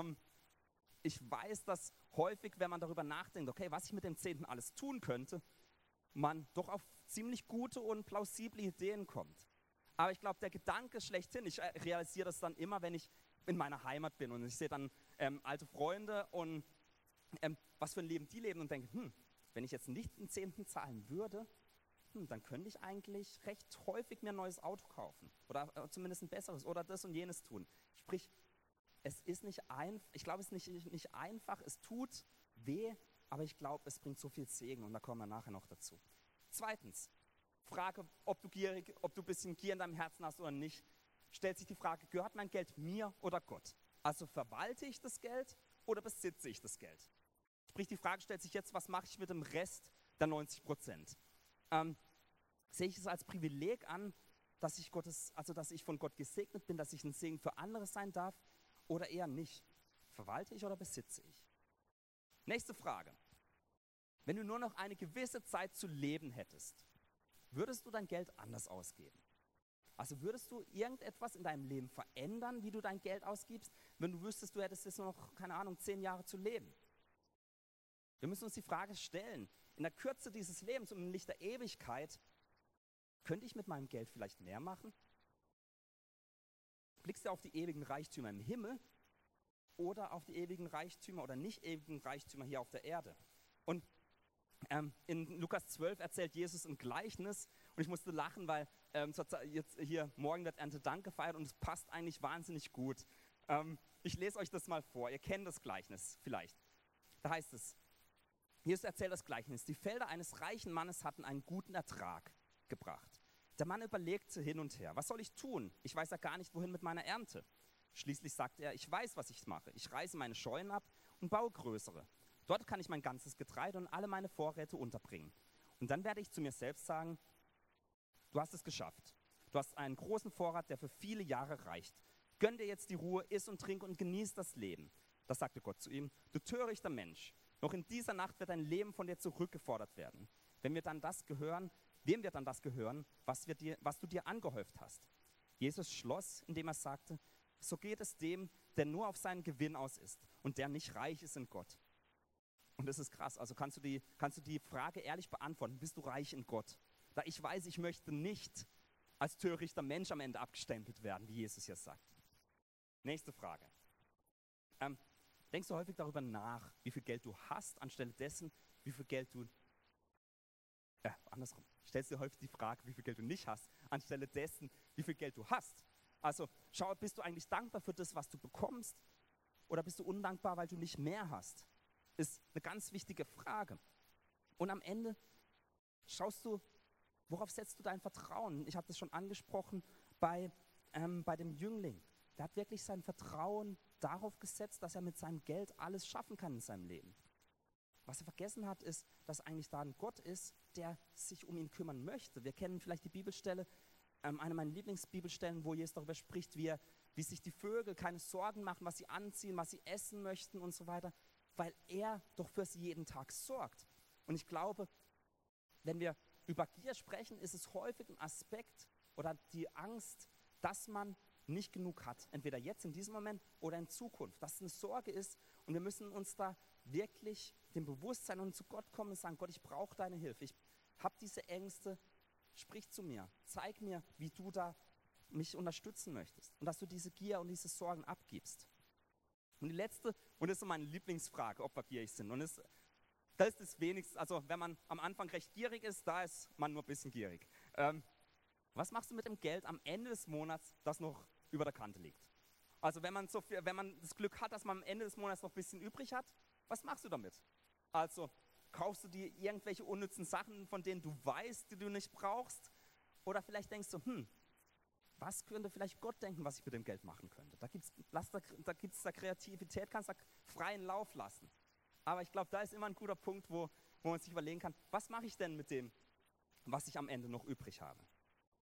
Ich weiß, dass häufig, wenn man darüber nachdenkt, okay, was ich mit dem Zehnten alles tun könnte, man doch auf ziemlich gute und plausible Ideen kommt. Aber ich glaube, der Gedanke schlechthin, ich realisiere das dann immer, wenn ich in meiner Heimat bin und ich sehe dann alte Freunde und was für ein Leben die leben und denke, wenn ich jetzt nicht den Zehnten zahlen würde, dann könnte ich eigentlich recht häufig mir ein neues Auto kaufen oder zumindest ein besseres oder das und jenes tun. Sprich, es ist nicht einfach, ich glaube, es ist nicht einfach, es tut weh, aber ich glaube, es bringt so viel Segen und da kommen wir nachher noch dazu. Zweitens, Frage, ob du ein bisschen Gier in deinem Herzen hast oder nicht, stellt sich die Frage, gehört mein Geld mir oder Gott? Also verwalte ich das Geld oder besitze ich das Geld? Sprich, die Frage stellt sich jetzt, was mache ich mit dem Rest der 90%? Sehe ich es als Privileg an, dass ich von Gott gesegnet bin, dass ich ein Segen für andere sein darf oder eher nicht? Verwalte ich oder besitze ich? Nächste Frage. Wenn du nur noch eine gewisse Zeit zu leben hättest, würdest du dein Geld anders ausgeben? Also würdest du irgendetwas in deinem Leben verändern, wie du dein Geld ausgibst, wenn du wüsstest, du hättest jetzt nur noch, 10 Jahre zu leben? Wir müssen uns die Frage stellen, in der Kürze dieses Lebens und im Licht der Ewigkeit, könnte ich mit meinem Geld vielleicht mehr machen? Blickst du auf die ewigen Reichtümer im Himmel oder auf die ewigen Reichtümer oder nicht ewigen Reichtümer hier auf der Erde? Und in Lukas 12 erzählt Jesus ein Gleichnis und ich musste lachen, weil jetzt hier morgen wird Erntedank gefeiert und es passt eigentlich wahnsinnig gut. Ich lese euch das mal vor, ihr kennt das Gleichnis vielleicht. Da heißt es, Jesus erzählt das Gleichnis, die Felder eines reichen Mannes hatten einen guten Ertrag gebracht. Der Mann überlegte hin und her, was soll ich tun? Ich weiß ja gar nicht, wohin mit meiner Ernte. Schließlich sagte er, ich weiß, was ich mache. Ich reiße meine Scheunen ab und baue größere. Dort kann ich mein ganzes Getreide und alle meine Vorräte unterbringen. Und dann werde ich zu mir selbst sagen, du hast es geschafft. Du hast einen großen Vorrat, der für viele Jahre reicht. Gönn dir jetzt die Ruhe, iss und trink und genieß das Leben. Da sagte Gott zu ihm, du törichter Mensch, noch in dieser Nacht wird dein Leben von dir zurückgefordert werden. Wem wird dann das gehören, was du dir angehäuft hast? Jesus schloss, indem er sagte, so geht es dem, der nur auf seinen Gewinn aus ist und der nicht reich ist in Gott. Und das ist krass, also kannst du die Frage ehrlich beantworten, bist du reich in Gott? Da ich weiß, ich möchte nicht als törichter Mensch am Ende abgestempelt werden, wie Jesus hier sagt. Nächste Frage. Denkst du häufig darüber nach, wie viel Geld du hast, anstelle dessen, wie viel Geld du, andersrum, stellst du häufig die Frage, wie viel Geld du nicht hast, anstelle dessen, wie viel Geld du hast? Also schau, bist du eigentlich dankbar für das, was du bekommst, oder bist du undankbar, weil du nicht mehr hast? Ist eine ganz wichtige Frage. Und am Ende schaust du, worauf setzt du dein Vertrauen? Ich habe das schon angesprochen bei dem Jüngling. Der hat wirklich sein Vertrauen darauf gesetzt, dass er mit seinem Geld alles schaffen kann in seinem Leben. Was er vergessen hat, ist, dass eigentlich da ein Gott ist, der sich um ihn kümmern möchte. Wir kennen vielleicht die Bibelstelle, eine meiner Lieblingsbibelstellen, wo Jesus darüber spricht, wie sich die Vögel keine Sorgen machen, was sie anziehen, was sie essen möchten und so weiter, weil er doch für sie jeden Tag sorgt. Und ich glaube, wenn wir über Gier sprechen, ist es häufig ein Aspekt oder die Angst, dass man nicht genug hat, entweder jetzt in diesem Moment oder in Zukunft, dass es eine Sorge ist und wir müssen uns da wirklich dem Bewusstsein und zu Gott kommen und sagen, Gott, ich brauche deine Hilfe, ich habe diese Ängste, sprich zu mir, zeig mir, wie du da mich unterstützen möchtest und dass du diese Gier und diese Sorgen abgibst. Und die letzte, und das ist so meine Lieblingsfrage, ob wir gierig sind, und das ist das Wenigste, also wenn man am Anfang recht gierig ist, da ist man nur ein bisschen gierig. Was machst du mit dem Geld am Ende des Monats, das noch über der Kante liegt? Also wenn man das Glück hat, dass man am Ende des Monats noch ein bisschen übrig hat, was machst du damit? Also kaufst du dir irgendwelche unnützen Sachen, von denen du weißt, die du nicht brauchst? Oder vielleicht denkst du, was könnte vielleicht Gott denken, was ich mit dem Geld machen könnte? Da gibt's da Kreativität, kannst du freien Lauf lassen. Aber ich glaube, da ist immer ein guter Punkt, wo man sich überlegen kann, was mache ich denn mit dem, was ich am Ende noch übrig habe?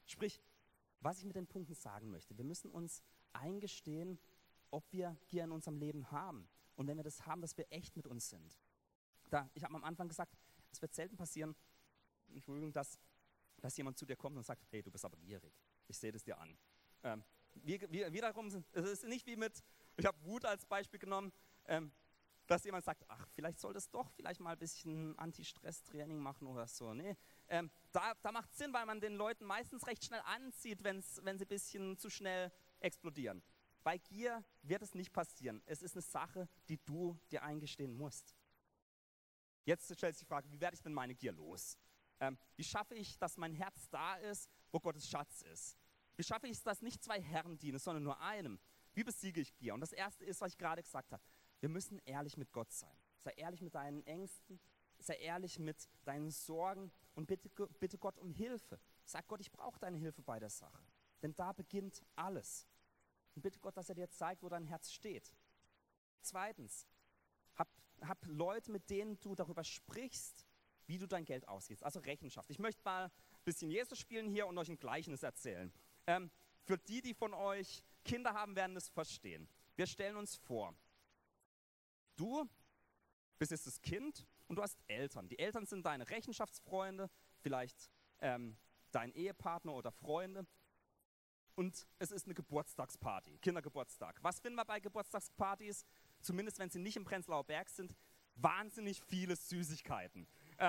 Sprich, was ich mit den Punkten sagen möchte, wir müssen uns eingestehen, ob wir Gier in unserem Leben haben. Und wenn wir das haben, dass wir echt mit uns sind. Ich habe am Anfang gesagt, es wird selten passieren, Entschuldigung, dass jemand zu dir kommt und sagt, hey, du bist aber gierig. Ich sehe das dir an. Wiederum, es ist nicht wie mit, ich habe Wut als Beispiel genommen, dass jemand sagt, ach, vielleicht solltest du doch vielleicht mal ein bisschen Anti-Stress-Training machen oder so. Nee, da macht es Sinn, weil man den Leuten meistens recht schnell anzieht, wenn sie ein bisschen zu schnell explodieren. Bei Gier wird es nicht passieren. Es ist eine Sache, die du dir eingestehen musst. Jetzt stellt sich die Frage, wie werde ich denn meine Gier los? Wie schaffe ich, dass mein Herz da ist, wo Gottes Schatz ist? Wie schaffe ich es, dass nicht zwei Herren dienen, sondern nur einem? Wie besiege ich Gier? Und das Erste ist, was ich gerade gesagt habe. Wir müssen ehrlich mit Gott sein. Sei ehrlich mit deinen Ängsten, sei ehrlich mit deinen Sorgen und bitte Gott um Hilfe. Sag Gott, ich brauche deine Hilfe bei der Sache. Denn da beginnt alles. Und bitte Gott, dass er dir zeigt, wo dein Herz steht. Zweitens, hab Leute, mit denen du darüber sprichst, wie du dein Geld ausgibst. Also Rechenschaft. Ich möchte mal ein bisschen Jesus spielen hier und euch ein Gleichnis erzählen. Für die von euch Kinder haben, werden es verstehen. Wir stellen uns vor, du bist jetzt das Kind und du hast Eltern. Die Eltern sind deine Rechenschaftsfreunde, vielleicht dein Ehepartner oder Freunde. Und es ist eine Geburtstagsparty, Kindergeburtstag. Was finden wir bei Geburtstagspartys? Zumindest wenn sie nicht im Prenzlauer Berg sind, wahnsinnig viele Süßigkeiten.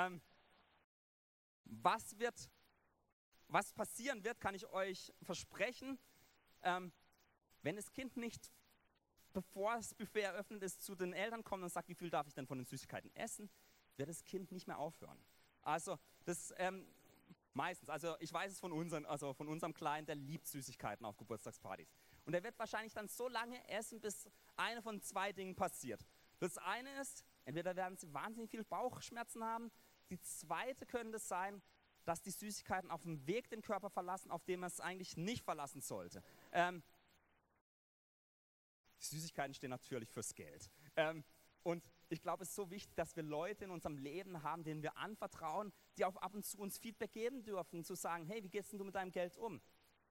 Was passieren wird, kann ich euch versprechen, wenn das Kind nicht, bevor das Buffet eröffnet ist, zu den Eltern kommt und sagt, wie viel darf ich denn von den Süßigkeiten essen, wird das Kind nicht mehr aufhören. Also das meistens, also ich weiß es von unserem Kleinen, der liebt Süßigkeiten auf Geburtstagspartys. Und der wird wahrscheinlich dann so lange essen, bis eine von zwei Dingen passiert. Das eine ist, entweder werden sie wahnsinnig viel Bauchschmerzen haben, die zweite könnte es sein, dass die Süßigkeiten auf dem Weg den Körper verlassen, auf dem er es eigentlich nicht verlassen sollte. Die Süßigkeiten stehen natürlich fürs Geld. Und ich glaube, es ist so wichtig, dass wir Leute in unserem Leben haben, denen wir anvertrauen, die auch ab und zu uns Feedback geben dürfen, zu sagen, hey, wie gehst denn du mit deinem Geld um?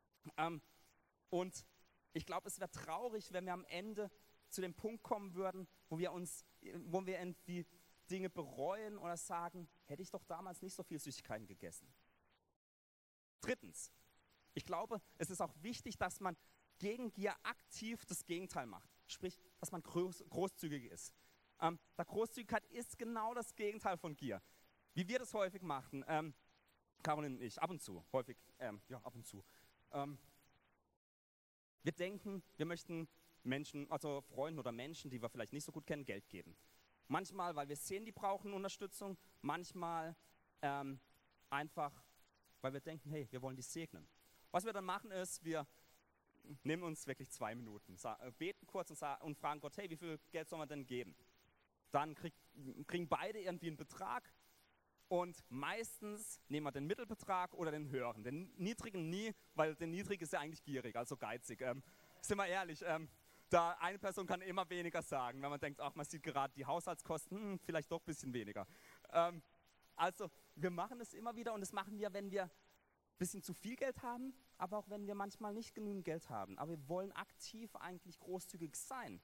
Und ich glaube, es wäre traurig, wenn wir am Ende zu dem Punkt kommen würden, wo wir irgendwie Dinge bereuen oder sagen, hätte ich doch damals nicht so viel Süßigkeiten gegessen. Drittens, ich glaube, es ist auch wichtig, dass man gegen Gier aktiv das Gegenteil macht. Sprich, dass man großzügig ist. Da Großzügigkeit ist genau das Gegenteil von Gier. Wie wir das häufig machen, Caroline und ich, ab und zu, häufig, ab und zu. Wir denken, wir möchten Menschen, also Freunden oder Menschen, die wir vielleicht nicht so gut kennen, Geld geben. Manchmal, weil wir sehen, die brauchen Unterstützung, manchmal einfach, weil wir denken, hey, wir wollen die segnen. Was wir dann machen ist, wir nehmen uns wirklich 2 Minuten, beten kurz und fragen Gott, hey, wie viel Geld sollen wir denn geben? Dann kriegen beide irgendwie einen Betrag und meistens nehmen wir den Mittelbetrag oder den höheren. Den niedrigen nie, weil der niedrige ist ja eigentlich gierig, also geizig. Sind wir ehrlich, da eine Person kann immer weniger sagen, wenn man denkt, ach, man sieht gerade die Haushaltskosten, vielleicht doch ein bisschen weniger. Also wir machen es immer wieder und das machen wir, wenn wir ein bisschen zu viel Geld haben, aber auch wenn wir manchmal nicht genügend Geld haben. Aber wir wollen aktiv eigentlich großzügig sein.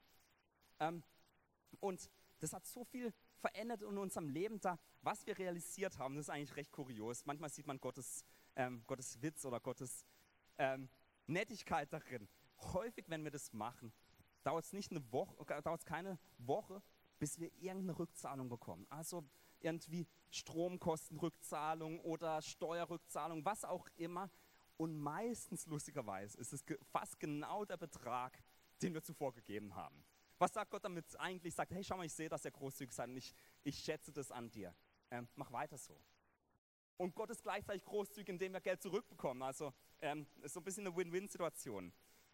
Und das hat so viel verändert in unserem Leben, was wir realisiert haben. Das ist eigentlich recht kurios. Manchmal sieht man Gottes Witz oder Gottes Nettigkeit darin. Häufig, wenn wir das machen, dauert es keine Woche, bis wir irgendeine Rückzahlung bekommen. Also irgendwie Stromkostenrückzahlung oder Steuerrückzahlung, was auch immer. Und meistens, lustigerweise, ist es fast genau der Betrag, den wir zuvor gegeben haben. Was sagt Gott damit eigentlich? Sagt, hey, schau mal, ich sehe, dass ihr großzügig seid und ich schätze das an dir. Mach weiter so. Und Gott ist gleichzeitig großzügig, indem wir Geld zurückbekommen. Also ist so ein bisschen eine Win-Win-Situation.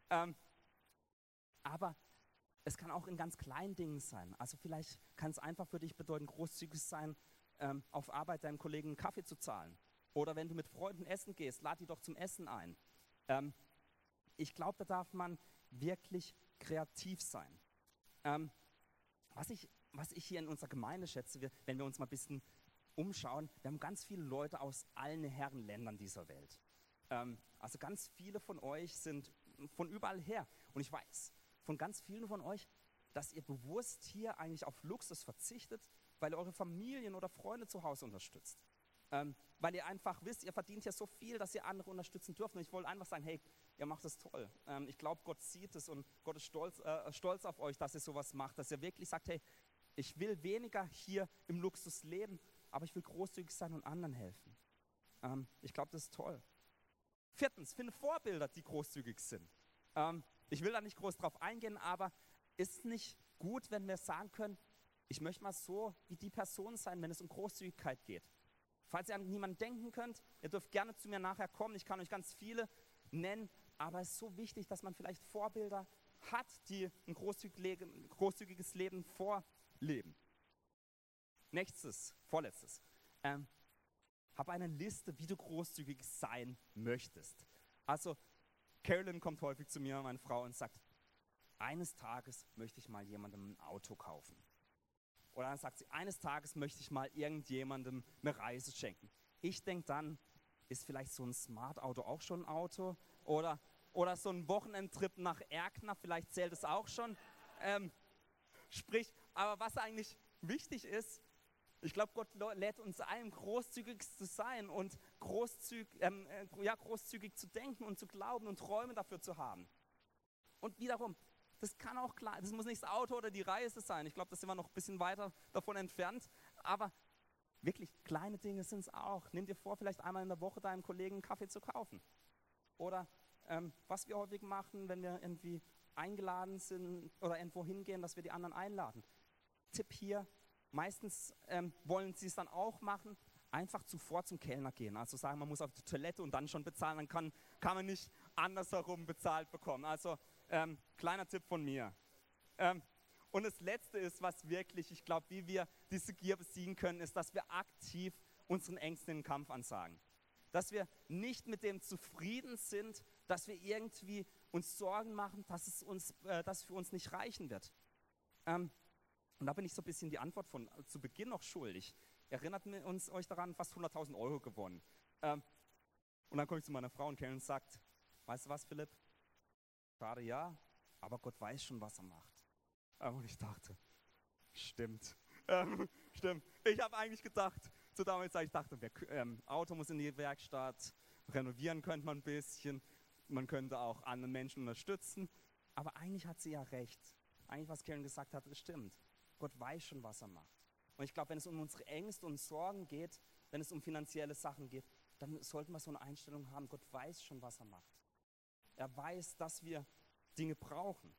Aber es kann auch in ganz kleinen Dingen sein. Also vielleicht kann es einfach für dich bedeuten, großzügig sein, auf Arbeit deinem Kollegen einen Kaffee zu zahlen. Oder wenn du mit Freunden essen gehst, lad die doch zum Essen ein. Ich glaube, da darf man wirklich kreativ sein. Was ich hier in unserer Gemeinde schätze, wenn wir uns mal ein bisschen umschauen, wir haben ganz viele Leute aus allen Herrenländern dieser Welt. Also ganz viele von euch sind von überall her. Und ich weiß von ganz vielen von euch, dass ihr bewusst hier eigentlich auf Luxus verzichtet, weil ihr eure Familien oder Freunde zu Hause unterstützt. Weil ihr einfach wisst, ihr verdient ja so viel, dass ihr andere unterstützen dürft. Und ich wollte einfach sagen, hey, ihr macht das toll. Ich glaube, Gott sieht es und Gott ist stolz auf euch, dass ihr sowas macht, dass ihr wirklich sagt, hey, ich will weniger hier im Luxus leben, aber ich will großzügig sein und anderen helfen. Ich glaube, das ist toll. 4. Finde Vorbilder, die großzügig sind. Ich will da nicht groß drauf eingehen, aber ist es nicht gut, wenn wir sagen können, ich möchte mal so wie die Person sein, wenn es um Großzügigkeit geht. Falls ihr an niemanden denken könnt, ihr dürft gerne zu mir nachher kommen, ich kann euch ganz viele nennen, aber es ist so wichtig, dass man vielleicht Vorbilder hat, die ein großzügiges Leben vorleben. Vorletztes. Habe eine Liste, wie du großzügig sein möchtest. Also Carolyn kommt häufig zu mir, meine Frau, und sagt, eines Tages möchte ich mal jemandem ein Auto kaufen. Oder dann sagt sie, eines Tages möchte ich mal irgendjemandem eine Reise schenken. Ich denke dann, ist vielleicht so ein Smart-Auto auch schon ein Auto? Oder so ein Wochenendtrip nach Erkner, vielleicht zählt es auch schon. Aber was eigentlich wichtig ist, ich glaube, Gott lädt uns ein, großzügig zu sein und großzügig zu denken und zu glauben und Träume dafür zu haben. Und wiederum, das kann auch klar, das muss nicht das Auto oder die Reise sein. Ich glaube, da sind wir noch ein bisschen weiter davon entfernt. Aber wirklich, kleine Dinge sind es auch. Nimm dir vor, vielleicht einmal in der Woche deinem Kollegen einen Kaffee zu kaufen. Oder was wir häufig machen, wenn wir irgendwie eingeladen sind oder irgendwo hingehen, dass wir die anderen einladen. Tipp hier, meistens wollen sie es dann auch machen, einfach zuvor zum Kellner gehen. Also sagen, man muss auf die Toilette und dann schon bezahlen, dann kann man nicht andersherum bezahlt bekommen. Also kleiner Tipp von mir. Und das Letzte ist, was wirklich, ich glaube, wie wir diese Gier besiegen können, ist, dass wir aktiv unseren Ängsten den Kampf ansagen. Dass wir nicht mit dem zufrieden sind, dass wir irgendwie uns Sorgen machen, dass es für uns nicht reichen wird. Und da bin ich so ein bisschen die Antwort von zu Beginn noch schuldig. Erinnert euch daran, fast 100.000 Euro gewonnen. Und dann komme ich zu meiner Frau und Karen sagt, weißt du was, Philipp? Schade, ja, aber Gott weiß schon, was er macht. Und ich dachte, stimmt. Stimmt. Ich habe eigentlich gedacht, zur damaligen Zeit, ich dachte, Auto muss in die Werkstatt, renovieren könnte man ein bisschen, man könnte auch andere Menschen unterstützen. Aber eigentlich hat sie ja recht. Eigentlich, was Karen gesagt hat, das stimmt. Gott weiß schon, was er macht. Und ich glaube, wenn es um unsere Ängste und Sorgen geht, wenn es um finanzielle Sachen geht, dann sollten wir so eine Einstellung haben, Gott weiß schon, was er macht. Er weiß, dass wir Dinge brauchen.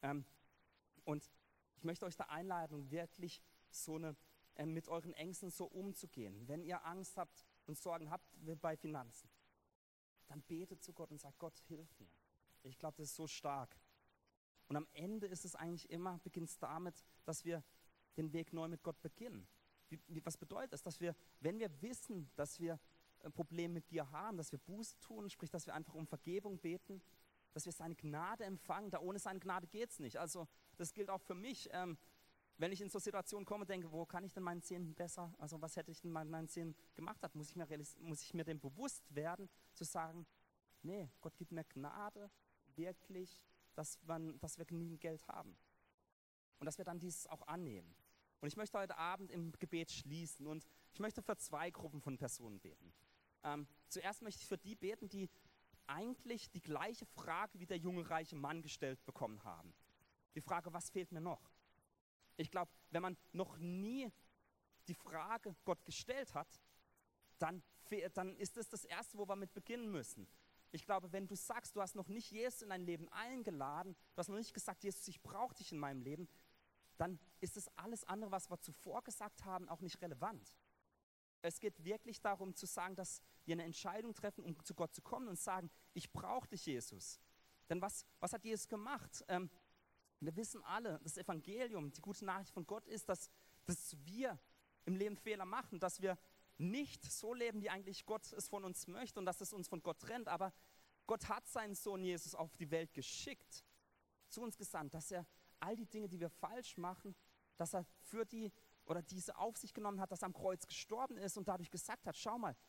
Und ich möchte euch da einladen, wirklich mit euren Ängsten so umzugehen. Wenn ihr Angst habt und Sorgen habt bei Finanzen, dann betet zu Gott und sagt, Gott, hilf mir. Ich glaube, das ist so stark. Und am Ende ist es eigentlich immer, beginnt es damit, dass wir den Weg neu mit Gott beginnen. Was bedeutet das? Dass wir, wenn wir wissen, dass wir ein Problem mit Gier haben, dass wir Buße tun, sprich, dass wir einfach um Vergebung beten, dass wir seine Gnade empfangen, da ohne seine Gnade geht es nicht. Also das gilt auch für mich, wenn ich in so Situationen komme, denke, wo kann ich denn meinen Zehnten besser, also was hätte ich denn meinen Zehnten gemacht, muss ich mir dem bewusst werden, zu sagen, nee, Gott gibt mir Gnade, wirklich, dass wir genügend Geld haben. Und dass wir dann dieses auch annehmen. Und ich möchte heute Abend im Gebet schließen und ich möchte für 2 Gruppen von Personen beten. Zuerst möchte ich für die beten, die eigentlich die gleiche Frage wie der junge reiche Mann gestellt bekommen haben. Die Frage, was fehlt mir noch? Ich glaube, wenn man noch nie die Frage Gott gestellt hat, dann ist es das Erste, wo wir mit beginnen müssen. Ich glaube, wenn du sagst, du hast noch nicht Jesus in dein Leben eingeladen, du hast noch nicht gesagt, Jesus, ich brauche dich in meinem Leben, dann ist das alles andere, was wir zuvor gesagt haben, auch nicht relevant. Es geht wirklich darum zu sagen, dass wir eine Entscheidung treffen, um zu Gott zu kommen und sagen, ich brauche dich, Jesus. Denn was hat Jesus gemacht? Wir wissen alle, das Evangelium, die gute Nachricht von Gott ist, dass wir im Leben Fehler machen, dass wir nicht so leben, wie eigentlich Gott es von uns möchte und dass es uns von Gott trennt. Aber Gott hat seinen Sohn Jesus auf die Welt geschickt, zu uns gesandt, dass er all die Dinge, die wir falsch machen, dass er für diese auf sich genommen hat, dass er am Kreuz gestorben ist und dadurch gesagt hat, schau mal,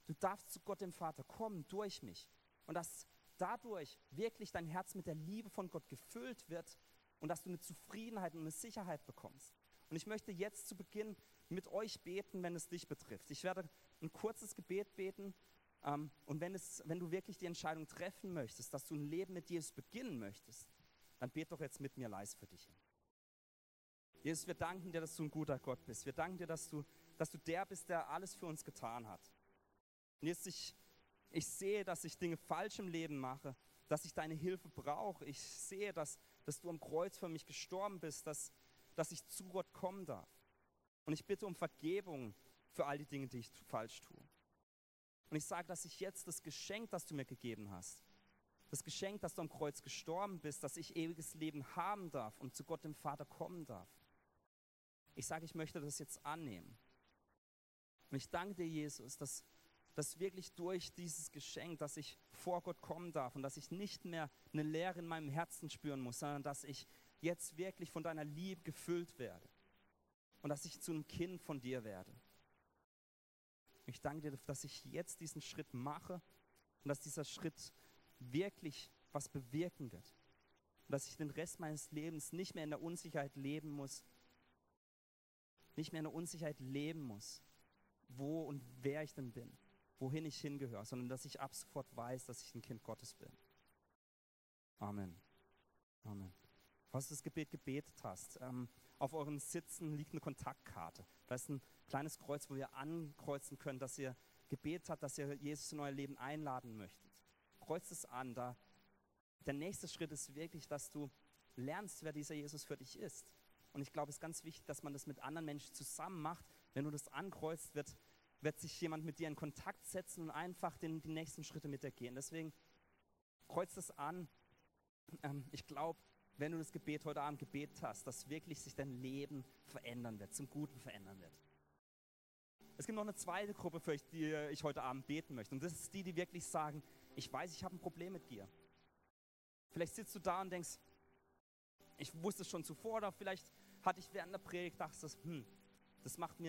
Du darfst zu Gott dem Vater kommen durch mich. Und dass dadurch wirklich dein Herz mit der Liebe von Gott gefüllt wird und dass du eine Zufriedenheit und eine Sicherheit bekommst. Und ich möchte jetzt zu Beginn mit euch beten, wenn es dich betrifft. Ich werde ein kurzes Gebet beten. Und wenn du wirklich die Entscheidung treffen möchtest, dass du ein Leben mit Jesus beginnen möchtest, dann bet doch jetzt mit mir leise für dich hin. Jesus, wir danken dir, dass du ein guter Gott bist. Wir danken dir, dass du der bist, der alles für uns getan hat. Und Jesus, ich sehe, dass ich Dinge falsch im Leben mache, dass ich deine Hilfe brauche. Ich sehe, dass du am Kreuz für mich gestorben bist, dass ich zu Gott kommen darf. Und ich bitte um Vergebung für all die Dinge, die ich falsch tue. Und ich sage, dass ich jetzt das Geschenk, das du mir gegeben hast, das Geschenk, dass du am Kreuz gestorben bist, dass ich ewiges Leben haben darf und zu Gott dem Vater kommen darf. Ich sage, ich möchte das jetzt annehmen. Und ich danke dir, Jesus, dass wirklich durch dieses Geschenk, dass ich vor Gott kommen darf und dass ich nicht mehr eine Leere in meinem Herzen spüren muss, sondern dass ich jetzt wirklich von deiner Liebe gefüllt werde und dass ich zu einem Kind von dir werde. Ich danke dir, dass ich jetzt diesen Schritt mache und dass dieser Schritt wirklich was bewirken wird. Und dass ich den Rest meines Lebens nicht mehr in der Unsicherheit leben muss, wo und wer ich denn bin, wohin ich hingehöre, sondern dass ich ab sofort weiß, dass ich ein Kind Gottes bin. Amen. Amen. Falls du das Gebet gebetet hast, auf euren Sitzen liegt eine Kontaktkarte. Da ist ein kleines Kreuz, wo ihr ankreuzen könnt, dass ihr gebetet habt, dass ihr Jesus in euer Leben einladen möchtet. Kreuzt es an. Der nächste Schritt ist wirklich, dass du lernst, wer dieser Jesus für dich ist. Und ich glaube, es ist ganz wichtig, dass man das mit anderen Menschen zusammen macht. Wenn du das ankreuzt, wird sich jemand mit dir in Kontakt setzen und einfach die nächsten Schritte mit dir gehen. Deswegen kreuzt es an. Ich glaube, wenn du das Gebet heute Abend gebetet hast, dass wirklich sich dein Leben verändern wird, zum Guten verändern wird. Es gibt noch eine zweite Gruppe, für die ich heute Abend beten möchte. Und das ist die wirklich sagen, ich weiß, ich habe ein Problem mit Gier. Vielleicht sitzt du da und denkst, ich wusste es schon zuvor, oder vielleicht hatte ich während der Predigt gedacht, das macht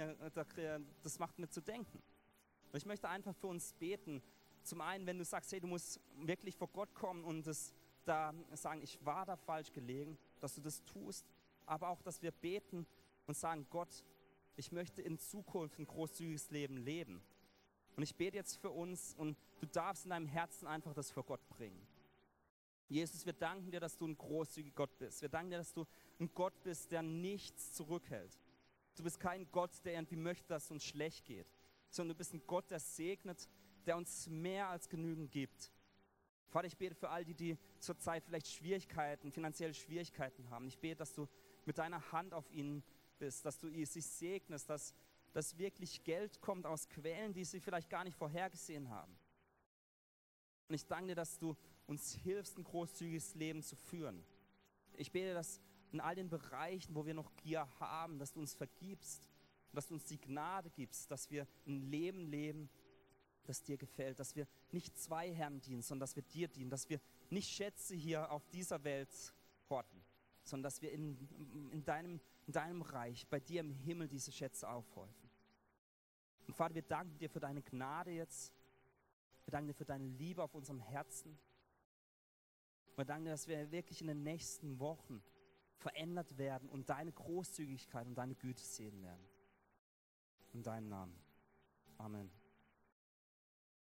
mir zu denken. Und ich möchte einfach für uns beten. Zum einen, wenn du sagst, hey, du musst wirklich vor Gott kommen und da sagen, ich war da falsch gelegen, dass du das tust, aber auch, dass wir beten und sagen, Gott, ich möchte in Zukunft ein großzügiges Leben leben. Und ich bete jetzt für uns und du darfst in deinem Herzen einfach das vor Gott bringen. Jesus, wir danken dir, dass du ein großzügiger Gott bist. Wir danken dir, dass du ein Gott bist, der nichts zurückhält. Du bist kein Gott, der irgendwie möchte, dass es uns schlecht geht, sondern du bist ein Gott, der segnet, der uns mehr als genügend gibt. Vater, ich bete für all die zurzeit vielleicht finanzielle Schwierigkeiten haben. Ich bete, dass du mit deiner Hand auf ihnen bist, dass du sie segnest, dass wirklich Geld kommt aus Quellen, die sie vielleicht gar nicht vorhergesehen haben. Und ich danke dir, dass du uns hilfst, ein großzügiges Leben zu führen. Ich bete, dass in all den Bereichen, wo wir noch Gier haben, dass du uns vergibst und dass du uns die Gnade gibst, dass wir ein Leben leben, das dir gefällt, dass wir nicht zwei Herren dienen, sondern dass wir dir dienen, dass wir nicht Schätze hier auf dieser Welt horten, sondern dass wir in deinem Reich, bei dir im Himmel diese Schätze aufhäufen. Und Vater, wir danken dir für deine Gnade jetzt, wir danken dir für deine Liebe auf unserem Herzen. Wir danken dir, dass wir wirklich in den nächsten Wochen verändert werden und deine Großzügigkeit und deine Güte sehen werden. In deinem Namen. Amen.